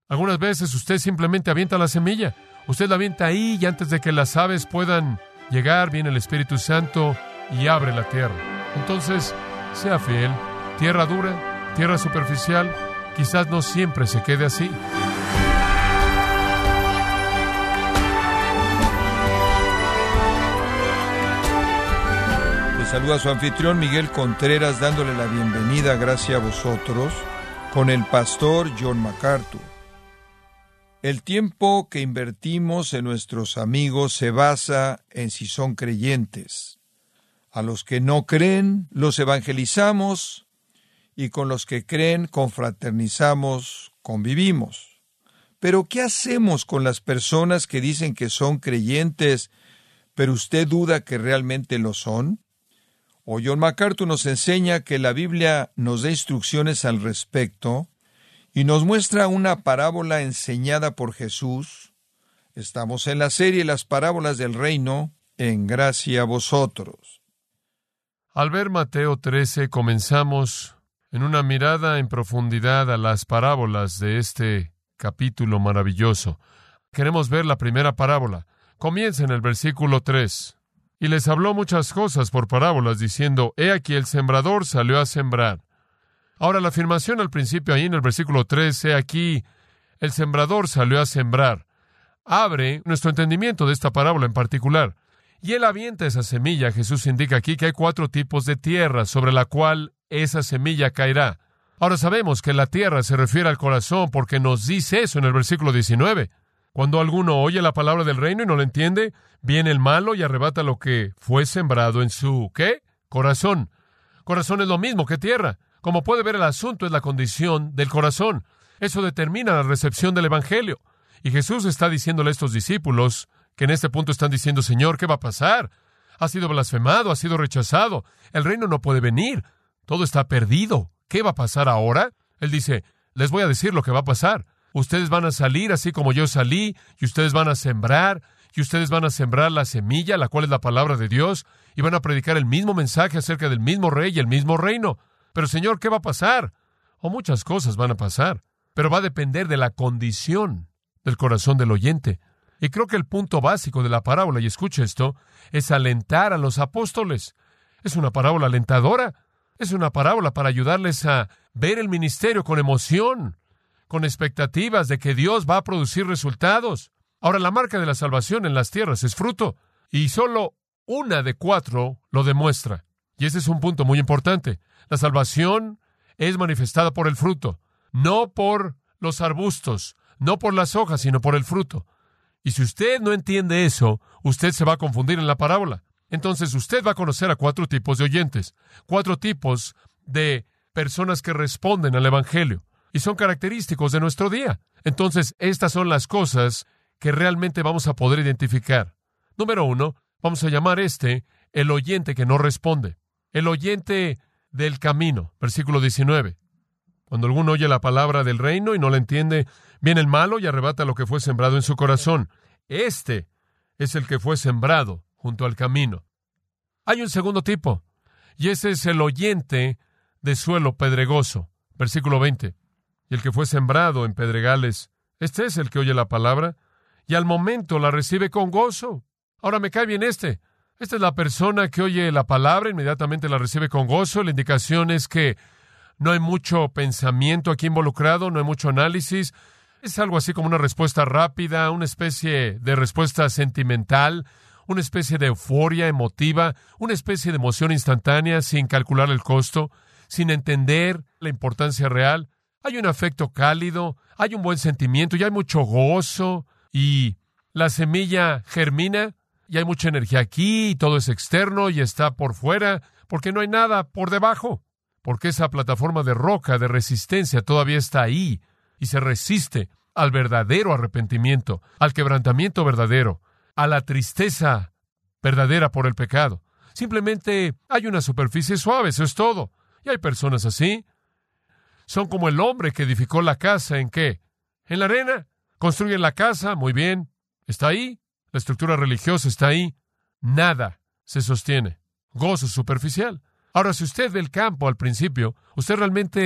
Algunas veces usted simplemente avienta la semilla. Usted la avienta ahí y antes de que las aves puedan llegar, viene el Espíritu Santo y abre la tierra. Entonces, sea fiel. Tierra dura, tierra superficial, quizás no siempre se quede así. Le saluda su anfitrión Miguel Contreras, dándole la bienvenida, gracias a vosotros, con el pastor John MacArthur. El tiempo que invertimos en nuestros amigos se basa en si son creyentes. A los que no creen, los evangelizamos, y con los que creen, confraternizamos, convivimos. Pero, ¿qué hacemos con las personas que dicen que son creyentes, pero usted duda que realmente lo son? O John MacArthur nos enseña que la Biblia nos da instrucciones al respecto, y nos muestra una parábola enseñada por Jesús. Estamos en la serie Las Parábolas del Reino, en gracia a vosotros. Al ver Mateo 13, comenzamos en una mirada en profundidad a las parábolas de este capítulo maravilloso. Queremos ver la primera parábola. Comienza en el versículo 3. Y les habló muchas cosas por parábolas, diciendo, he aquí el sembrador salió a sembrar. Ahora, la afirmación al principio, ahí en el versículo 3, he aquí, el sembrador salió a sembrar, abre nuestro entendimiento de esta parábola en particular. Y él avienta esa semilla. Jesús indica aquí que hay 4 tipos de tierra sobre la cual esa semilla caerá. Ahora sabemos que la tierra se refiere al corazón porque nos dice eso en el versículo 19. Cuando alguno oye la palabra del reino y no la entiende, viene el malo y arrebata lo que fue sembrado en su, ¿qué? Corazón. Corazón es lo mismo que tierra. Como puede ver, el asunto es la condición del corazón. Eso determina la recepción del Evangelio. Y Jesús está diciéndole a estos discípulos, que en este punto están diciendo, Señor, ¿qué va a pasar? Ha sido blasfemado, ha sido rechazado. El reino no puede venir. Todo está perdido. ¿Qué va a pasar ahora? Él dice, les voy a decir lo que va a pasar. Ustedes van a salir así como yo salí, y ustedes van a sembrar, la semilla, la cual es la palabra de Dios, y van a predicar el mismo mensaje acerca del mismo rey y el mismo reino. Pero, Señor, ¿qué va a pasar? Muchas cosas van a pasar, pero va a depender de la condición del corazón del oyente. Y creo que el punto básico de la parábola, y escuche esto, es alentar a los apóstoles. Es una parábola alentadora. Es una parábola para ayudarles a ver el ministerio con emoción, con expectativas de que Dios va a producir resultados. Ahora, la marca de la salvación en las tierras es fruto, y solo 1 de 4 lo demuestra. Y ese es un punto muy importante. La salvación es manifestada por el fruto, no por los arbustos, no por las hojas, sino por el fruto. Y si usted no entiende eso, usted se va a confundir en la parábola. Entonces usted va a conocer a 4 tipos de oyentes, 4 tipos de personas que responden al Evangelio, y son característicos de nuestro día. Entonces, estas son las cosas que realmente vamos a poder identificar. Número 1, vamos a llamar el oyente que no responde. El oyente del camino, versículo 19. Cuando alguno oye la palabra del reino y no la entiende, viene el malo y arrebata lo que fue sembrado en su corazón. Este es el que fue sembrado junto al camino. Hay un segundo tipo, y ese es el oyente de suelo pedregoso, versículo 20. Y el que fue sembrado en pedregales, este es el que oye la palabra, y al momento la recibe con gozo. Ahora me cae bien este. Esta es la persona que oye la palabra, inmediatamente la recibe con gozo. La indicación es que no hay mucho pensamiento aquí involucrado, no hay mucho análisis. Es algo así como una respuesta rápida, una especie de respuesta sentimental, una especie de euforia emotiva, una especie de emoción instantánea sin calcular el costo, sin entender la importancia real. Hay un afecto cálido, hay un buen sentimiento y hay mucho gozo, y la semilla germina y hay mucha energía aquí y todo es externo y está por fuera porque no hay nada por debajo, porque esa plataforma de roca de resistencia todavía está ahí y se resiste al verdadero arrepentimiento, al quebrantamiento verdadero, a la tristeza verdadera por el pecado. Simplemente hay una superficie suave, eso es todo. Y hay personas así. Son como el hombre que edificó la casa, ¿en qué? En la arena. Construyen la casa, muy bien, está ahí. La estructura religiosa está ahí. Nada se sostiene. Gozo superficial. Ahora, si usted ve el campo al principio, usted realmente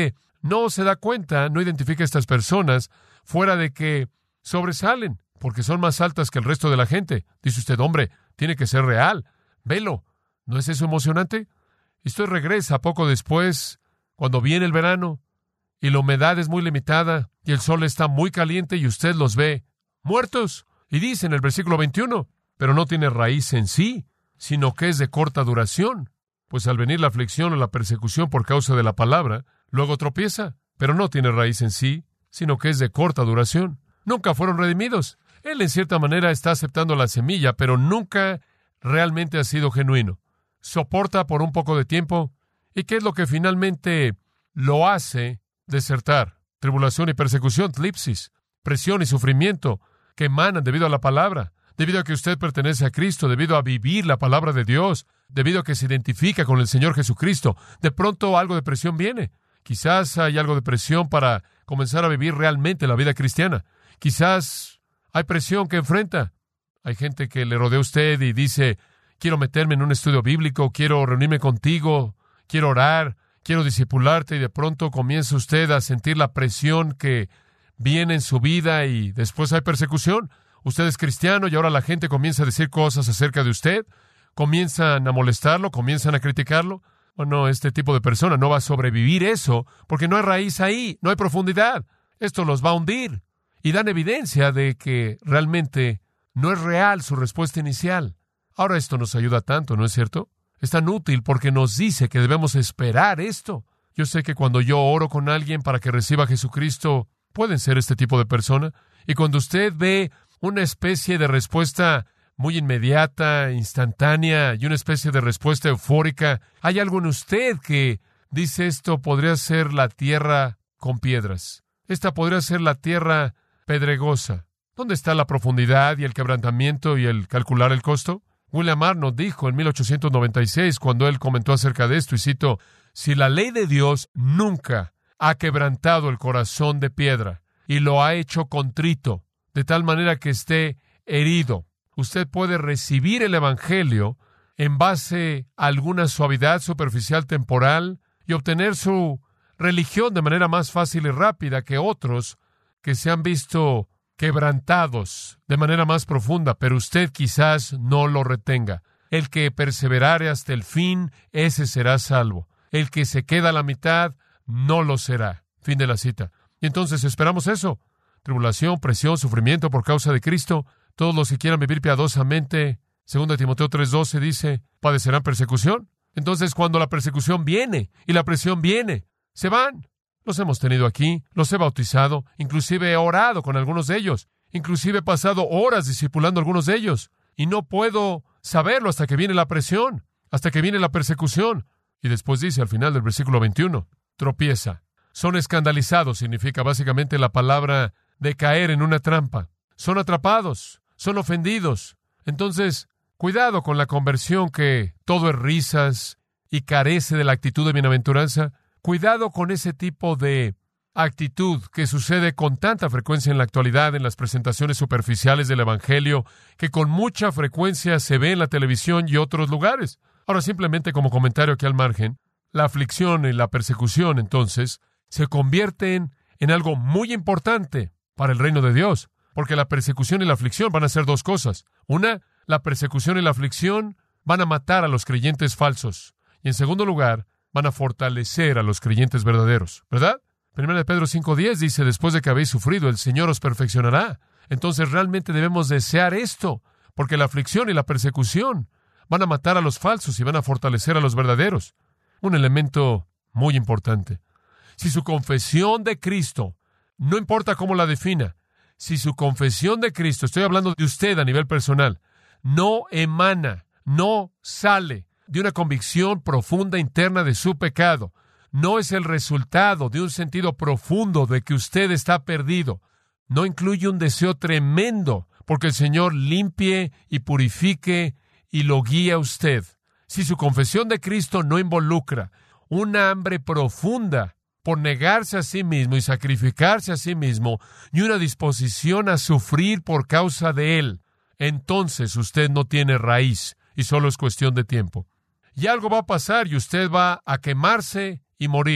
no se da cuenta, no identifica a estas personas, fuera de que sobresalen, porque son más altas que el resto de la gente. Dice usted, hombre, tiene que ser real. Velo. ¿No es eso emocionante? Y usted regresa poco después, cuando viene el verano, y la humedad es muy limitada, y el sol está muy caliente, y usted los ve muertos. Y dice en el versículo 21, pero no tiene raíz en sí, sino que es de corta duración. Pues al venir la aflicción o la persecución por causa de la palabra, luego tropieza, pero no tiene raíz en sí, sino que es de corta duración. Nunca fueron redimidos. Él en cierta manera está aceptando la semilla, pero nunca realmente ha sido genuino. Soporta por un poco de tiempo. ¿Y qué es lo que finalmente lo hace desertar? Tribulación y persecución, tlipsis, presión y sufrimiento que emanan debido a la palabra, debido a que usted pertenece a Cristo, debido a vivir la palabra de Dios, debido a que se identifica con el Señor Jesucristo. De pronto algo de presión viene. Quizás hay algo de presión para comenzar a vivir realmente la vida cristiana. Quizás hay presión que enfrenta. Hay gente que le rodea a usted y dice, quiero meterme en un estudio bíblico, quiero reunirme contigo, quiero orar, quiero discipularte, y de pronto comienza usted a sentir la presión que viene en su vida y después hay persecución. Usted es cristiano y ahora la gente comienza a decir cosas acerca de usted, comienzan a molestarlo, comienzan a criticarlo. Bueno, este tipo de persona no va a sobrevivir eso porque no hay raíz ahí, no hay profundidad. Esto los va a hundir y dan evidencia de que realmente no es real su respuesta inicial. Ahora esto nos ayuda tanto, ¿no es cierto? Es tan útil porque nos dice que debemos esperar esto. Yo sé que cuando yo oro con alguien para que reciba a Jesucristo, pueden ser este tipo de persona. Y cuando usted ve una especie de respuesta muy inmediata, instantánea, y una especie de respuesta eufórica, hay algo en usted que dice esto podría ser la tierra con piedras. Esta podría ser la tierra pedregosa. ¿Dónde está la profundidad y el quebrantamiento y el calcular el costo? William Arnott dijo en 1896, cuando él comentó acerca de esto, y cito, si la ley de Dios nunca ha quebrantado el corazón de piedra y lo ha hecho contrito, de tal manera que esté herido, usted puede recibir el Evangelio en base a alguna suavidad superficial temporal y obtener su religión de manera más fácil y rápida que otros que se han visto quebrantados de manera más profunda, pero usted quizás no lo retenga. El que perseverare hasta el fin, ese será salvo. El que se queda a la mitad, no lo será. Fin de la cita. Y entonces esperamos eso. Tribulación, presión, sufrimiento por causa de Cristo. Todos los que quieran vivir piadosamente, 2 Timoteo 3:12 dice, padecerán persecución. Entonces cuando la persecución viene y la presión viene, se van. Los hemos tenido aquí, los he bautizado, inclusive he orado con algunos de ellos, inclusive he pasado horas discipulando a algunos de ellos, y no puedo saberlo hasta que viene la presión, hasta que viene la persecución. Y después dice al final del versículo 21, tropieza. Son escandalizados, significa básicamente la palabra de caer en una trampa. Son atrapados, son ofendidos. Entonces, cuidado con la conversión que todo es risas y carece de la actitud de bienaventuranza. Cuidado con ese tipo de actitud que sucede con tanta frecuencia en la actualidad en las presentaciones superficiales del Evangelio, que con mucha frecuencia se ve en la televisión y otros lugares. Ahora, simplemente como comentario aquí al margen, la aflicción y la persecución, entonces, se convierten en algo muy importante para el reino de Dios, porque la persecución y la aflicción van a ser dos cosas. Una, la persecución y la aflicción van a matar a los creyentes falsos. Y en segundo lugar, van a fortalecer a los creyentes verdaderos, ¿verdad? 1 Pedro 5:10 dice, después de que habéis sufrido, el Señor os perfeccionará. Entonces realmente debemos desear esto, porque la aflicción y la persecución van a matar a los falsos y van a fortalecer a los verdaderos. Un elemento muy importante. Si su confesión de Cristo, no importa cómo la defina, si su confesión de Cristo, estoy hablando de usted a nivel personal, no emana, no sale de una convicción profunda interna de su pecado, no es el resultado de un sentido profundo de que usted está perdido, no incluye un deseo tremendo porque el Señor limpie y purifique y lo guíe a usted. Si su confesión de Cristo no involucra una hambre profunda por negarse a sí mismo y sacrificarse a sí mismo y una disposición a sufrir por causa de Él, entonces usted no tiene raíz y solo es cuestión de tiempo. Y algo va a pasar y usted va a quemarse y morir.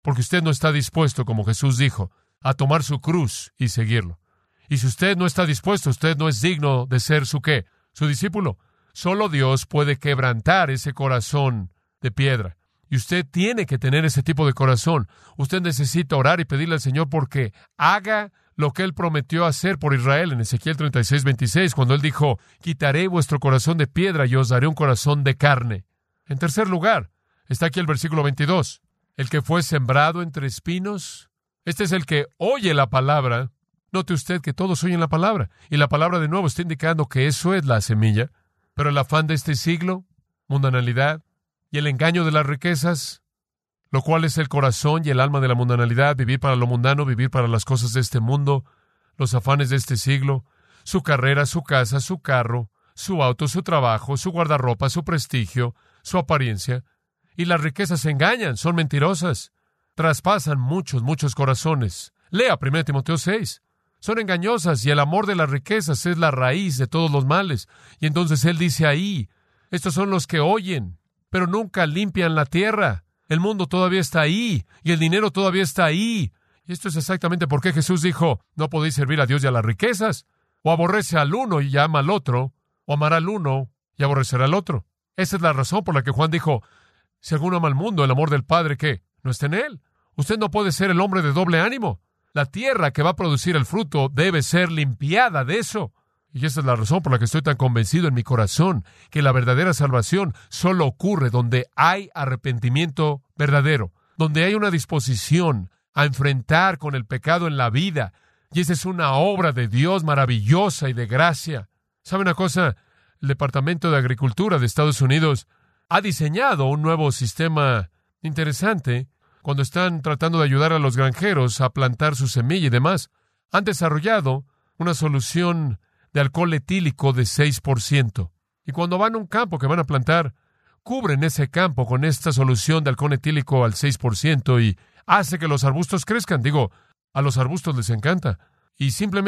porque usted no está dispuesto, como Jesús dijo, a tomar su cruz y seguirlo. Y si usted no está dispuesto, usted no es digno de ser su ¿qué? Su discípulo. Solo Dios puede quebrantar ese corazón de piedra. Y usted tiene que tener ese tipo de corazón. Usted necesita orar y pedirle al Señor porque haga lo que Él prometió hacer por Israel en Ezequiel 36:26, cuando Él dijo, quitaré vuestro corazón de piedra y os daré un corazón de carne. En tercer lugar, está aquí el versículo 22. El que fue sembrado entre espinos, este es el que oye la palabra. Note usted que todos oyen la palabra. Y la palabra de nuevo está indicando que eso es la semilla. Pero el afán de este siglo, mundanalidad y el engaño de las riquezas, lo cual es el corazón y el alma de la mundanalidad, vivir para lo mundano, vivir para las cosas de este mundo, los afanes de este siglo, su carrera, su casa, su carro, su auto, su trabajo, su guardarropa, su prestigio, su apariencia. Y las riquezas engañan, son mentirosas, traspasan muchos corazones. Lea 1 Timoteo 6. Son engañosas y el amor de las riquezas es la raíz de todos los males. Y entonces él dice ahí, estos son los que oyen, pero nunca limpian la tierra. El mundo todavía está ahí y el dinero todavía está ahí. Y esto es exactamente por qué Jesús dijo, no podéis servir a Dios y a las riquezas. O aborrece al uno y ama al otro, o amará al uno y aborrecerá al otro. Esa es la razón por la que Juan dijo, si alguno ama al mundo, el amor del Padre, ¿qué? No está en él. Usted no puede ser el hombre de doble ánimo. La tierra que va a producir el fruto debe ser limpiada de eso. Y esa es la razón por la que estoy tan convencido en mi corazón que la verdadera salvación solo ocurre donde hay arrepentimiento verdadero, donde hay una disposición a enfrentar con el pecado en la vida. Y esa es una obra de Dios maravillosa y de gracia. ¿Sabe una cosa? El Departamento de Agricultura de Estados Unidos ha diseñado un nuevo sistema interesante cuando están tratando de ayudar a los granjeros a plantar su semilla y demás. Han desarrollado una solución de alcohol etílico de 6%. Y cuando van a un campo que van a plantar, cubren ese campo con esta solución de alcohol etílico al 6% y hace que los arbustos crezcan. A los arbustos les encanta. Y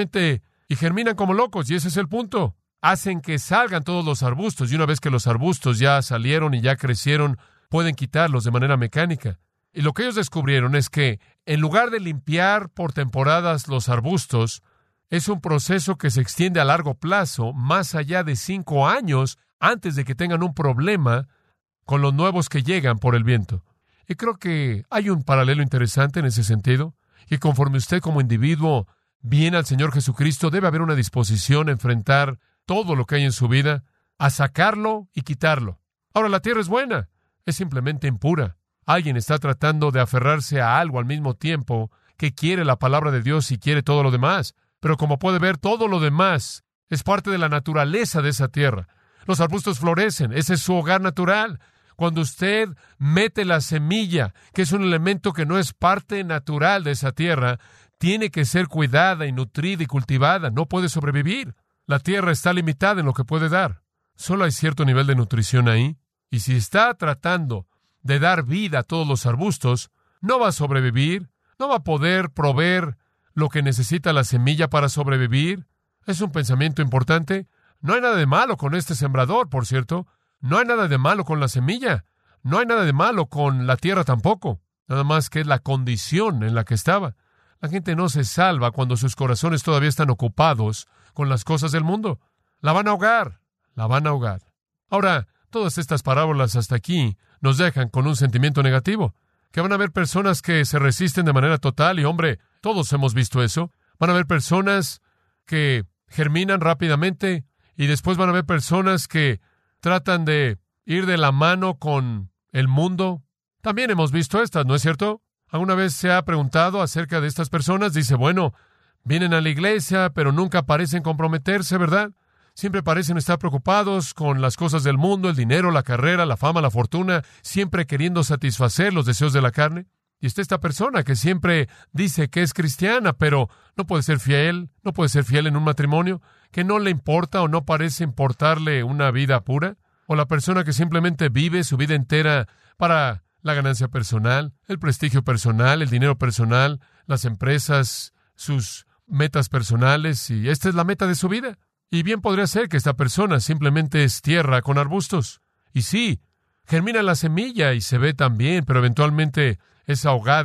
germinan como locos, y ese es el punto. Hacen que salgan todos los arbustos, y una vez que los arbustos ya salieron y ya crecieron, pueden quitarlos de manera mecánica. Y lo que ellos descubrieron es que, en lugar de limpiar por temporadas los arbustos, es un proceso que se extiende a largo plazo, más allá de 5 años, antes de que tengan un problema con los nuevos que llegan por el viento. Y creo que hay un paralelo interesante en ese sentido, y conforme usted como individuo viene al Señor Jesucristo, debe haber una disposición a enfrentar todo lo que hay en su vida, a sacarlo y quitarlo. Ahora, la tierra es buena, es simplemente impura. Alguien está tratando de aferrarse a algo al mismo tiempo que quiere la palabra de Dios y quiere todo lo demás. Pero como puede ver, todo lo demás es parte de la naturaleza de esa tierra. Los arbustos florecen, ese es su hogar natural. Cuando usted mete la semilla, que es un elemento que no es parte natural de esa tierra, tiene que ser cuidada y nutrida y cultivada. No puede sobrevivir. La tierra está limitada en lo que puede dar. Solo hay cierto nivel de nutrición ahí. Y si está tratando de dar vida a todos los arbustos, no va a sobrevivir, no va a poder proveer lo que necesita la semilla para sobrevivir. Es un pensamiento importante. No hay nada de malo con este sembrador, por cierto. No hay nada de malo con la semilla. No hay nada de malo con la tierra tampoco. Nada más que es la condición en la que estaba. La gente no se salva cuando sus corazones todavía están ocupados con las cosas del mundo. La van a ahogar. La van a ahogar. Ahora, todas estas parábolas hasta aquí nos dejan con un sentimiento negativo. Que van a haber personas que se resisten de manera total y, hombre, todos hemos visto eso. Van a haber personas que germinan rápidamente y después van a haber personas que tratan de ir de la mano con el mundo. También hemos visto estas, ¿no es cierto? ¿Alguna vez se ha preguntado acerca de estas personas? Dice, bueno, vienen a la iglesia, pero nunca parecen comprometerse, ¿verdad? Siempre parecen estar preocupados con las cosas del mundo, el dinero, la carrera, la fama, la fortuna, siempre queriendo satisfacer los deseos de la carne. Y está esta persona que siempre dice que es cristiana, pero no puede ser fiel en un matrimonio, que no le importa o no parece importarle una vida pura. O la persona que simplemente vive su vida entera para la ganancia personal, el prestigio personal, el dinero personal, las empresas, sus metas personales, y esta es la meta de su vida. Y bien podría ser que esta persona simplemente es tierra con arbustos. Y sí, germina la semilla y se ve tan bien, pero eventualmente es ahogada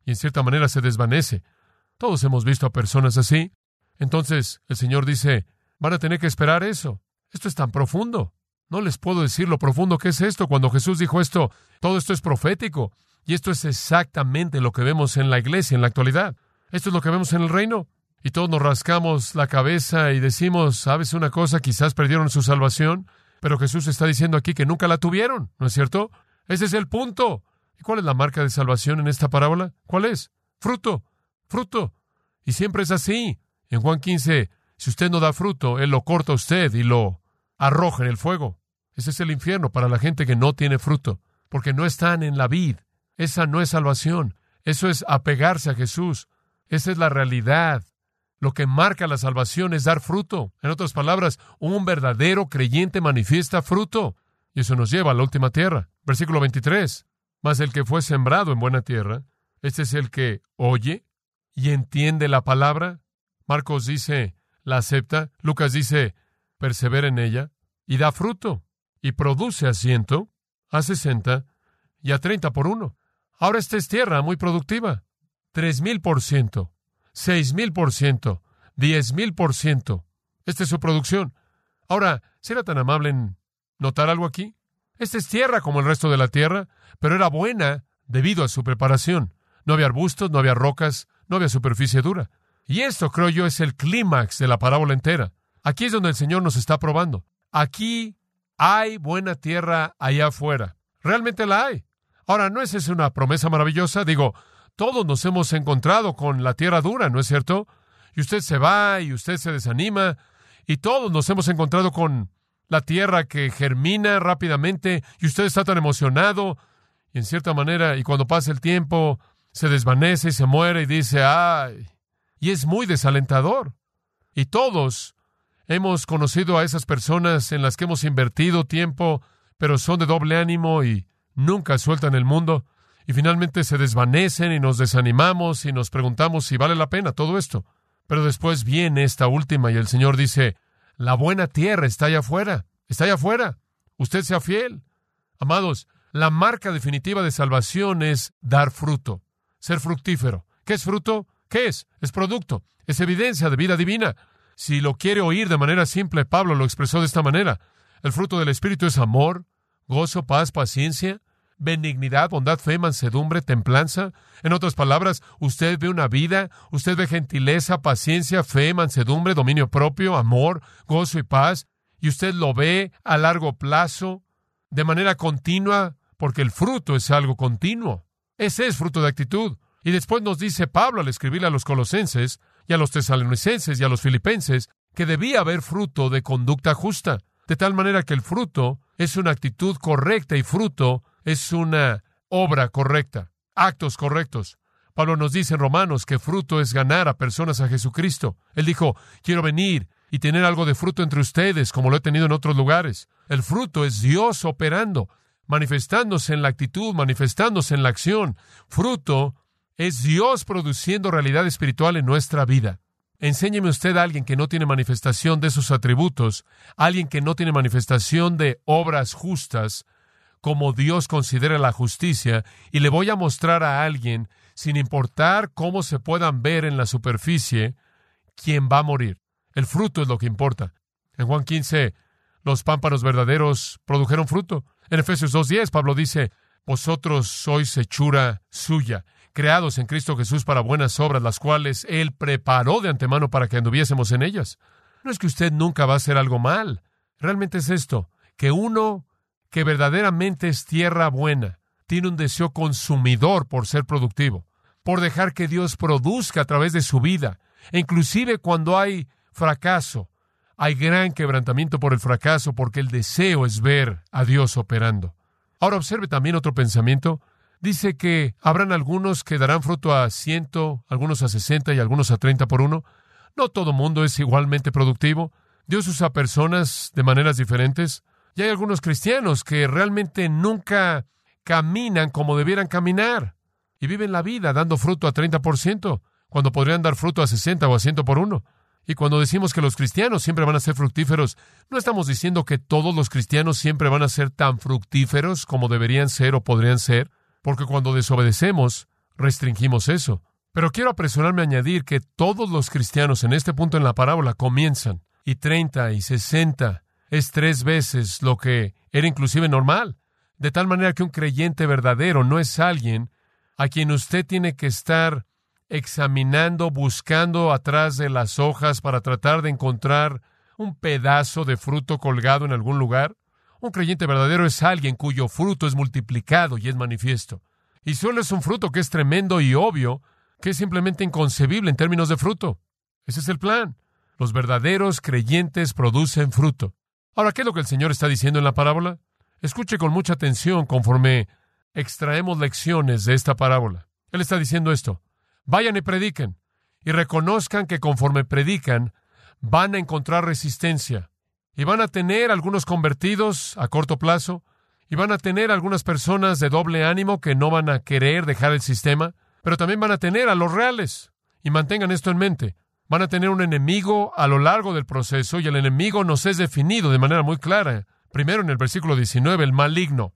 y en cierta manera se desvanece. Todos hemos visto a personas así. Entonces el Señor dice, van a tener que esperar eso. Esto es tan profundo. No les puedo decir lo profundo que es esto. Cuando Jesús dijo esto, todo esto es profético. Y esto es exactamente lo que vemos en la iglesia en la actualidad. Esto es lo que vemos en el reino. Y todos nos rascamos la cabeza y decimos, ¿sabes una cosa? Quizás perdieron su salvación, pero Jesús está diciendo aquí que nunca la tuvieron, ¿no es cierto? Ese es el punto. ¿Y cuál es la marca de salvación en esta parábola? ¿Cuál es? Fruto, fruto. Y siempre es así. En Juan 15, si usted no da fruto, Él lo corta a usted y lo arroja en el fuego. Ese es el infierno para la gente que no tiene fruto, porque no están en la vid. Esa no es salvación. Eso es apegarse a Jesús. Esa es la realidad. Lo que marca la salvación es dar fruto. En otras palabras, un verdadero creyente manifiesta fruto. Y eso nos lleva a la última tierra. Versículo 23. Mas el que fue sembrado en buena tierra, este es el que oye y entiende la palabra. Marcos dice, la acepta. Lucas dice, persevera en ella y da fruto. Y produce a 100, a 60 y a 30 por uno. Ahora esta es tierra muy productiva. 3,000%, 6,000%, 10,000%. Esta es su producción. Ahora, ¿será tan amable en notar algo aquí? Esta es tierra como el resto de la tierra, pero era buena debido a su preparación. No había arbustos, no había rocas, no había superficie dura. Y esto, creo yo, es el clímax de la parábola entera. Aquí es donde el Señor nos está probando. Aquí hay buena tierra allá afuera. Realmente la hay. Ahora, ¿no es esa una promesa maravillosa? Digo, todos nos hemos encontrado con la tierra dura, ¿no es cierto? Y usted se va y usted se desanima. Y todos nos hemos encontrado con la tierra que germina rápidamente y usted está tan emocionado. Y en cierta manera, y cuando pasa el tiempo, se desvanece y se muere y dice, ¡ay! Y es muy desalentador. Y todos hemos conocido a esas personas en las que hemos invertido tiempo, pero son de doble ánimo y nunca sueltan el mundo. Y finalmente se desvanecen y nos desanimamos y nos preguntamos si vale la pena todo esto. Pero después viene esta última y el Señor dice, la buena tierra está allá afuera. Está allá afuera. Usted sea fiel. Amados, la marca definitiva de salvación es dar fruto, ser fructífero. ¿Qué es fruto? ¿Qué es? Es producto. Es evidencia de vida divina. Si lo quiere oír de manera simple, Pablo lo expresó de esta manera. El fruto del Espíritu es amor, gozo, paz, paciencia, benignidad, bondad, fe, mansedumbre, templanza. En otras palabras, usted ve una vida, usted ve gentileza, paciencia, fe, mansedumbre, dominio propio, amor, gozo y paz, y usted lo ve a largo plazo, de manera continua, porque el fruto es algo continuo. Ese es fruto de actitud. Y después nos dice Pablo al escribirle a los colosenses, y a los tesalonicenses y a los filipenses, que debía haber fruto de conducta justa, de tal manera que el fruto es una actitud correcta y fruto es una obra correcta, actos correctos. Pablo nos dice en Romanos que fruto es ganar a personas a Jesucristo. Él dijo, quiero venir y tener algo de fruto entre ustedes, como lo he tenido en otros lugares. El fruto es Dios operando, manifestándose en la actitud, manifestándose en la acción. Fruto es Dios produciendo realidad espiritual en nuestra vida. Enséñeme usted a alguien que no tiene manifestación de esos atributos, alguien que no tiene manifestación de obras justas, como Dios considera la justicia, y le voy a mostrar a alguien, sin importar cómo se puedan ver en la superficie, quién va a morir. El fruto es lo que importa. En Juan 15, los pámpanos verdaderos produjeron fruto. En Efesios 2:10, Pablo dice, vosotros sois hechura suya, creados en Cristo Jesús para buenas obras, las cuales Él preparó de antemano para que anduviésemos en ellas. No es que usted nunca va a hacer algo mal. Realmente es esto, que uno que verdaderamente es tierra buena, tiene un deseo consumidor por ser productivo, por dejar que Dios produzca a través de su vida. E inclusive cuando hay fracaso, hay gran quebrantamiento por el fracaso, porque el deseo es ver a Dios operando. Ahora observe también otro pensamiento. Dice que habrán algunos que darán fruto a 100, algunos a 60 y algunos a 30 por uno. No todo mundo es igualmente productivo. Dios usa personas de maneras diferentes. Y hay algunos cristianos que realmente nunca caminan como debieran caminar. Y viven la vida dando fruto a 30%, cuando podrían dar fruto a 60 o a 100 por uno. Y cuando decimos que los cristianos siempre van a ser fructíferos, no estamos diciendo que todos los cristianos siempre van a ser tan fructíferos como deberían ser o podrían ser. Porque cuando desobedecemos, restringimos eso. Pero quiero apresurarme a añadir que todos los cristianos en este punto en la parábola comienzan, y 30 y 60 es 3 veces lo que era inclusive normal. De tal manera que un creyente verdadero no es alguien a quien usted tiene que estar examinando, buscando atrás de las hojas para tratar de encontrar un pedazo de fruto colgado en algún lugar. Un creyente verdadero es alguien cuyo fruto es multiplicado y es manifiesto. Y solo es un fruto que es tremendo y obvio, que es simplemente inconcebible en términos de fruto. Ese es el plan. Los verdaderos creyentes producen fruto. Ahora, ¿qué es lo que el Señor está diciendo en la parábola? Escuche con mucha atención conforme extraemos lecciones de esta parábola. Él está diciendo esto: vayan y prediquen, y reconozcan que conforme predican, van a encontrar resistencia, y van a tener algunos convertidos a corto plazo, y van a tener algunas personas de doble ánimo que no van a querer dejar el sistema, pero también van a tener a los reales. Y mantengan esto en mente. Van a tener un enemigo a lo largo del proceso, y el enemigo nos es definido de manera muy clara. Primero, en el versículo 19, el maligno,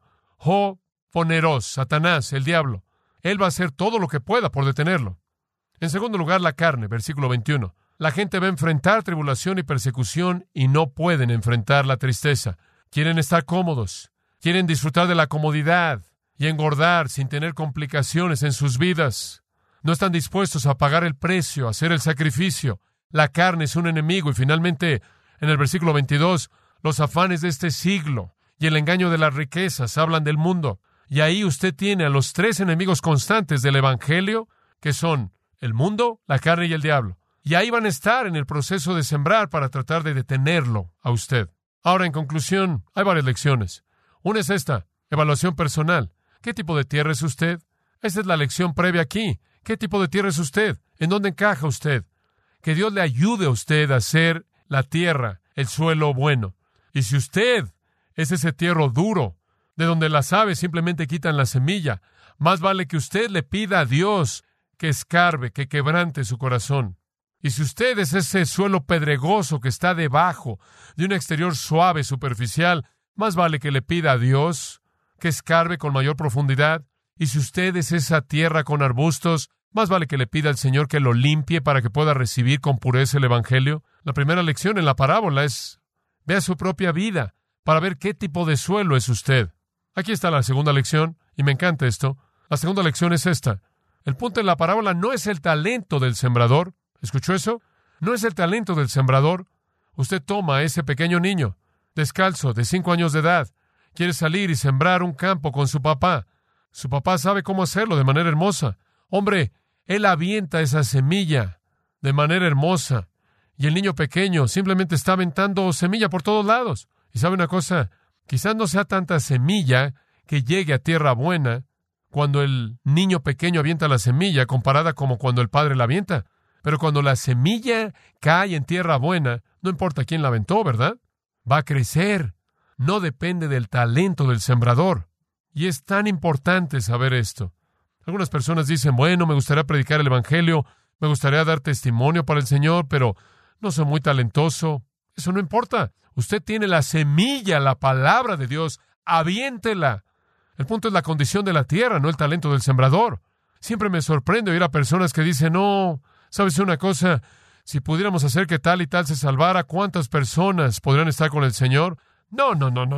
Poneros, Satanás, el diablo. Él va a hacer todo lo que pueda por detenerlo. En segundo lugar, la carne, versículo 21. La gente va a enfrentar tribulación y persecución y no pueden enfrentar la tristeza. Quieren estar cómodos, quieren disfrutar de la comodidad y engordar sin tener complicaciones en sus vidas. No están dispuestos a pagar el precio, a hacer el sacrificio. La carne es un enemigo. Y finalmente, en el versículo 22, los afanes de este siglo y el engaño de las riquezas hablan del mundo. Y ahí usted tiene a los 3 enemigos constantes del Evangelio, que son el mundo, la carne y el diablo. Y ahí van a estar en el proceso de sembrar para tratar de detenerlo a usted. Ahora, en conclusión, hay varias lecciones. Una es esta: evaluación personal. ¿Qué tipo de tierra es usted? Esta es la lección previa aquí. ¿Qué tipo de tierra es usted? ¿En dónde encaja usted? Que Dios le ayude a usted a hacer la tierra, el suelo bueno. Y si usted es ese tierra duro, de donde las aves simplemente quitan la semilla, más vale que usted le pida a Dios que escarbe, que quebrante su corazón. Y si usted es ese suelo pedregoso que está debajo de un exterior suave, superficial, más vale que le pida a Dios que escarbe con mayor profundidad. Y si usted es esa tierra con arbustos, más vale que le pida al Señor que lo limpie para que pueda recibir con pureza el Evangelio. La primera lección en la parábola es: vea su propia vida para ver qué tipo de suelo es usted. Aquí está la segunda lección, y me encanta esto. La segunda lección es esta: el punto en la parábola no es el talento del sembrador. ¿Escuchó eso? No es el talento del sembrador. Usted toma a ese pequeño niño, descalzo, de 5 años de edad. Quiere salir y sembrar un campo con su papá. Su papá sabe cómo hacerlo de manera hermosa. Hombre, él avienta esa semilla de manera hermosa. Y el niño pequeño simplemente está aventando semilla por todos lados. Y sabe una cosa, quizás no sea tanta semilla que llegue a tierra buena cuando el niño pequeño avienta la semilla comparada como cuando el padre la avienta. Pero cuando la semilla cae en tierra buena, no importa quién la aventó, ¿verdad? Va a crecer. No depende del talento del sembrador. Y es tan importante saber esto. Algunas personas dicen: bueno, me gustaría predicar el Evangelio, me gustaría dar testimonio para el Señor, pero no soy muy talentoso. Eso no importa. Usted tiene la semilla, la palabra de Dios. Aviéntela. El punto es la condición de la tierra, no el talento del sembrador. Siempre me sorprende oír a personas que dicen: no, ¿sabes una cosa? Si pudiéramos hacer que tal y tal se salvara, ¿cuántas personas podrían estar con el Señor? No.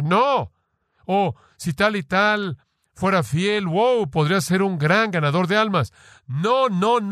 O si tal y tal fuera fiel, podría ser un gran ganador de almas. No.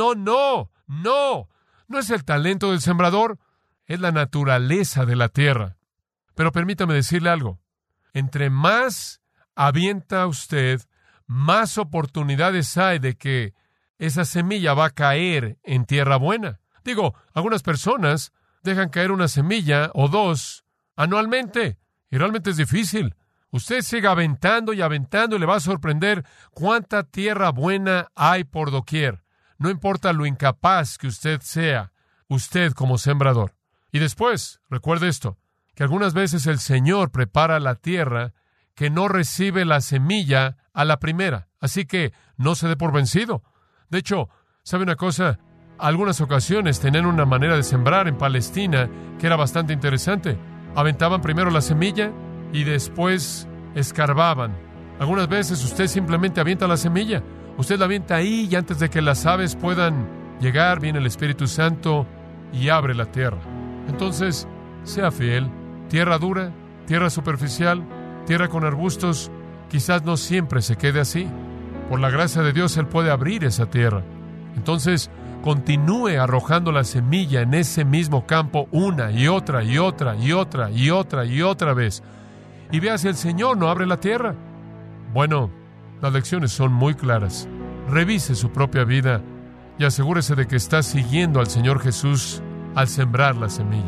No es el talento del sembrador, es la naturaleza de la tierra. Pero permítame decirle algo. Entre más avienta usted, más oportunidades hay de que esa semilla va a caer en tierra buena. Digo, algunas personas dejan caer una semilla o 2 anualmente, y realmente es difícil. Usted siga aventando y le va a sorprender cuánta tierra buena hay por doquier. No importa lo incapaz que usted sea, usted como sembrador. Y después, recuerde esto, que algunas veces el Señor prepara la tierra que no recibe la semilla a la primera. Así que no se dé por vencido. De hecho, ¿sabe una cosa? Algunas ocasiones tenían una manera de sembrar en Palestina que era bastante interesante. Aventaban primero la semilla y después escarbaban. Algunas veces usted simplemente avienta la semilla. Usted la avienta ahí y antes de que las aves puedan llegar, viene el Espíritu Santo y abre la tierra. Entonces, sea fiel. Tierra dura, tierra superficial, tierra con arbustos, quizás no siempre se quede así. Por la gracia de Dios, Él puede abrir esa tierra. Entonces, continúe arrojando la semilla en ese mismo campo una y otra y otra y otra y otra y otra vez. Y vea si el Señor no abre la tierra. Bueno, las lecciones son muy claras. Revise su propia vida y asegúrese de que está siguiendo al Señor Jesús al sembrar la semilla.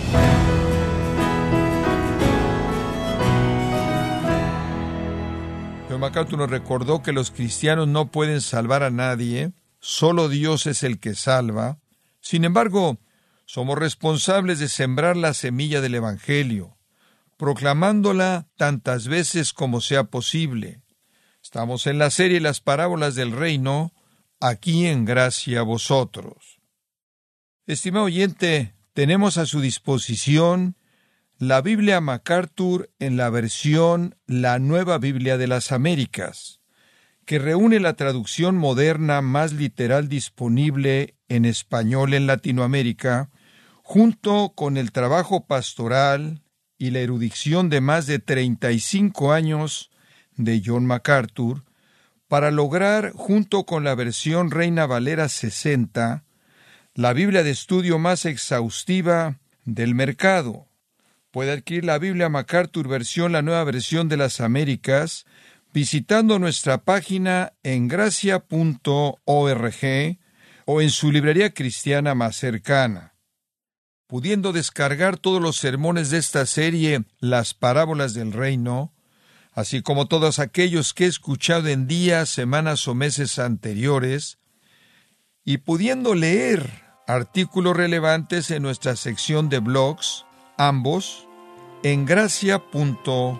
John MacArthur nos recordó que los cristianos no pueden salvar a nadie, solo Dios es el que salva. Sin embargo, somos responsables de sembrar la semilla del Evangelio, proclamándola tantas veces como sea posible. Estamos en la serie Las Parábolas del Reino, aquí en Gracia a Vosotros. Estimado oyente, tenemos a su disposición la Biblia MacArthur en la versión La Nueva Biblia de las Américas, que reúne la traducción moderna más literal disponible en español en Latinoamérica, junto con el trabajo pastoral y la erudición de más de 35 años de John MacArthur, para lograr, junto con la versión Reina Valera 60, la Biblia de estudio más exhaustiva del mercado. Puede adquirir la Biblia MacArthur versión La Nueva Versión de las Américas visitando nuestra página en gracia.org o en su librería cristiana más cercana. Pudiendo descargar todos los sermones de esta serie Las Parábolas del Reino, así como todos aquellos que he escuchado en días, semanas o meses anteriores, y pudiendo leer artículos relevantes en nuestra sección de blogs, ambos en gracia.org.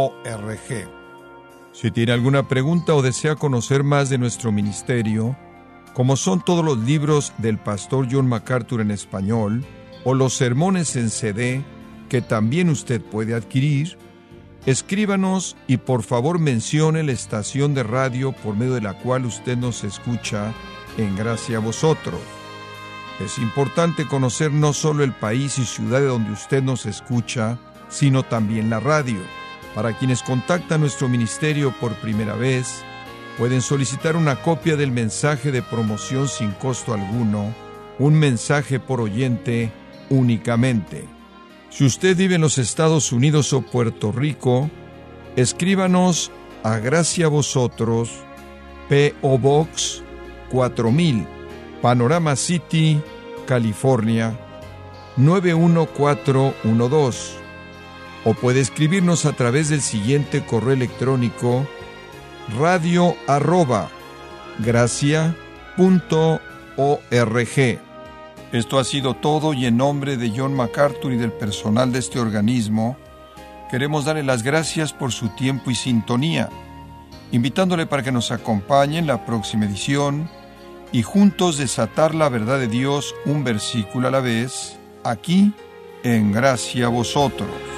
Si tiene alguna pregunta o desea conocer más de nuestro ministerio, como son todos los libros del pastor John MacArthur en español, o los sermones en CD, que también usted puede adquirir, escríbanos y por favor mencione la estación de radio por medio de la cual usted nos escucha en Gracia a Vosotros. Es importante conocer no solo el país y ciudad de donde usted nos escucha, sino también la radio. Para quienes contactan nuestro ministerio por primera vez, pueden solicitar una copia del mensaje de promoción sin costo alguno, un mensaje por oyente únicamente. Si usted vive en los Estados Unidos o Puerto Rico, escríbanos a Gracia a Vosotros, P.O. Box 4000, Panorama City, California, 91412. O puede escribirnos a través del siguiente correo electrónico: radio@gracia.org. Esto ha sido todo y en nombre de John MacArthur y del personal de este organismo, queremos darle las gracias por su tiempo y sintonía, invitándole para que nos acompañe en la próxima edición y juntos desatar la verdad de Dios un versículo a la vez, aquí en Gracia a Vosotros.